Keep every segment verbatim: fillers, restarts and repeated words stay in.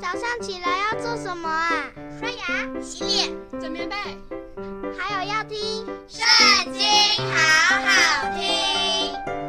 早上起来要做什么啊？ 刷牙、洗脸、 整棉被， 还有要听《 圣经》，好好听。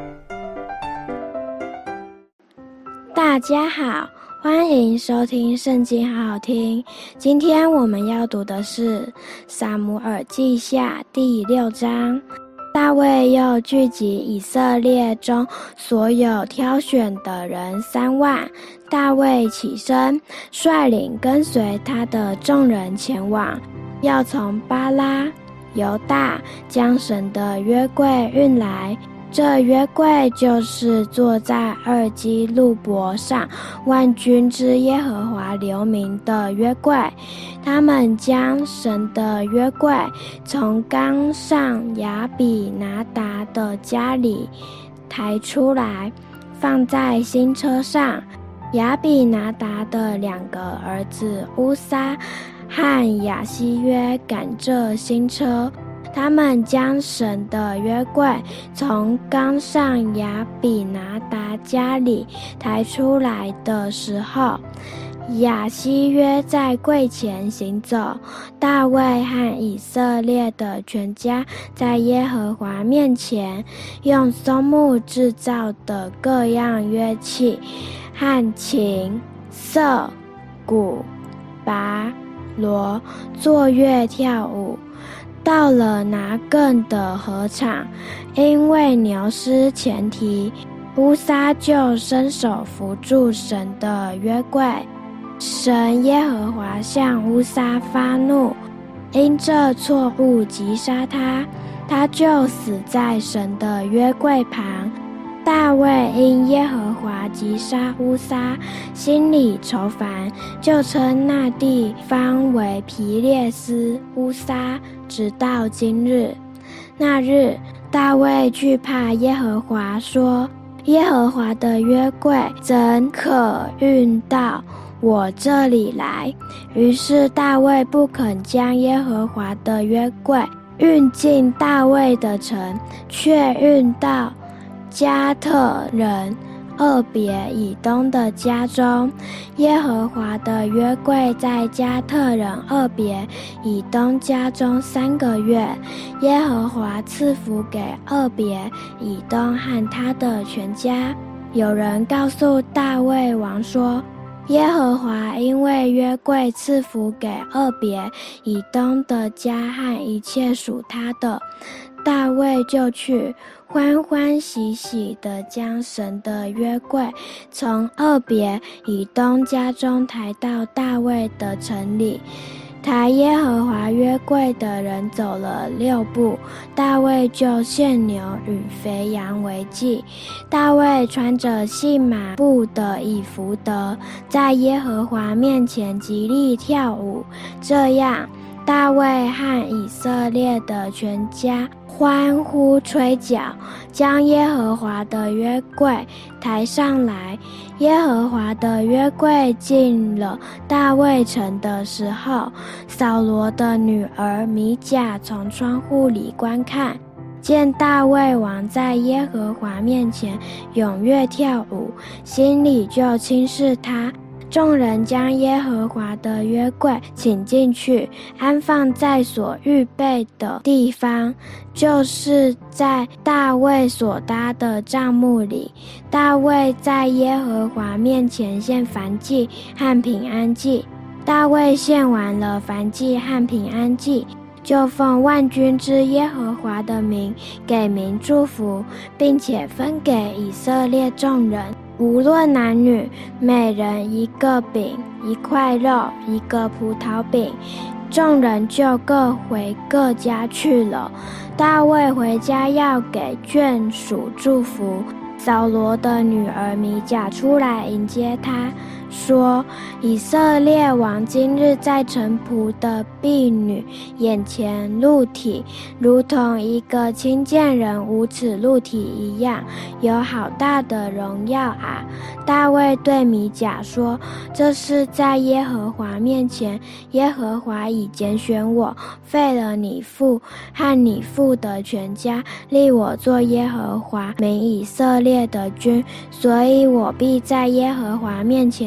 大家好，欢迎收听《圣经》，好好听。今天我们要读的是《撒母耳记下》第六章。大卫又聚集以色列中所有挑选的人三万。大卫起身，率领跟随他的众人前往，要从巴拉、犹大将神的约柜运来。这约柜就是坐在二基路伯上万军之耶和华留名的约柜。他们将神的约柜从冈上亚比拿达的家里抬出来，放在新车上。亚比拿达的两个儿子乌撒和亚希约赶这新车。他们将神的约柜从冈上亚比拿达家里抬出来的时候，亚希约在柜前行走。大卫和以色列的全家在耶和华面前，用松木制造的各样乐器和琴、瑟、鼓、拔、锣作乐跳舞。到了拿更的禾场，因为牛失前蹄，乌撒就伸手扶住神的约柜。神耶和华向乌撒发怒，因这错误击杀他，他就死在神的约柜旁。大卫因耶和华击杀乌撒，心里愁烦，就称那地方为皮列斯乌撒，直到今日。那日，大卫惧怕耶和华，说：耶和华的约柜怎可运到我这里来？于是大卫不肯将耶和华的约柜运进大卫的城，却运到加特人俄别以东的家中。耶和华的约柜在加特人俄别以东家中三个月。耶和华赐福给俄别以东和他的全家。有人告诉大卫王说，耶和华因为约柜赐福给俄别以东的家和一切属他的。大卫就去欢欢喜喜地将神的约柜从俄别以东家中抬到大卫的城里。抬耶和华约柜的人走了六步，大卫就献牛与肥羊为祭。大卫穿着细麻布的以弗得，在耶和华面前极力跳舞。这样，大卫和以色列的全家欢呼吹角，将耶和华的约柜抬上来。耶和华的约柜进了大卫城的时候，扫罗的女儿米甲从窗户里观看，见大卫王在耶和华面前踊跃跳舞，心里就轻视他。众人将耶和华的约柜请进去，安放在所预备的地方，就是在大卫所搭的帐幕里。大卫在耶和华面前献燔祭和平安祭。大卫献完了燔祭和平安祭，就奉万军之耶和华的名给民祝福，并且分给以色列众人，无论男女，每人一个饼，一块肉，一个葡萄饼。众人就各回各家去了。大卫回家要给眷属祝福。扫罗的女儿米甲出来迎接他，说：以色列王今日在臣仆的婢女眼前露体，如同一个亲见人无耻露体一样，有好大的荣耀啊！大卫对米甲说：这是在耶和华面前，耶和华已拣选我，废了你父和你父的全家，立我做耶和华民以色列的君，所以我必在耶和华面前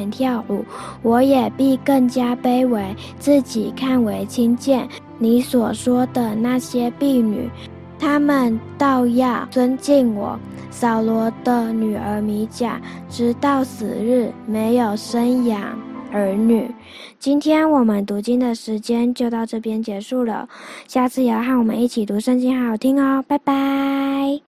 前跳舞，我也必更加卑微，自己看为轻贱。你所说的那些婢女，他们倒要尊敬我。扫罗的女儿米甲，直到死日没有生养儿女。今天我们读经的时间就到这边结束了，下次也要和我们一起读圣经，好好听哦，拜拜。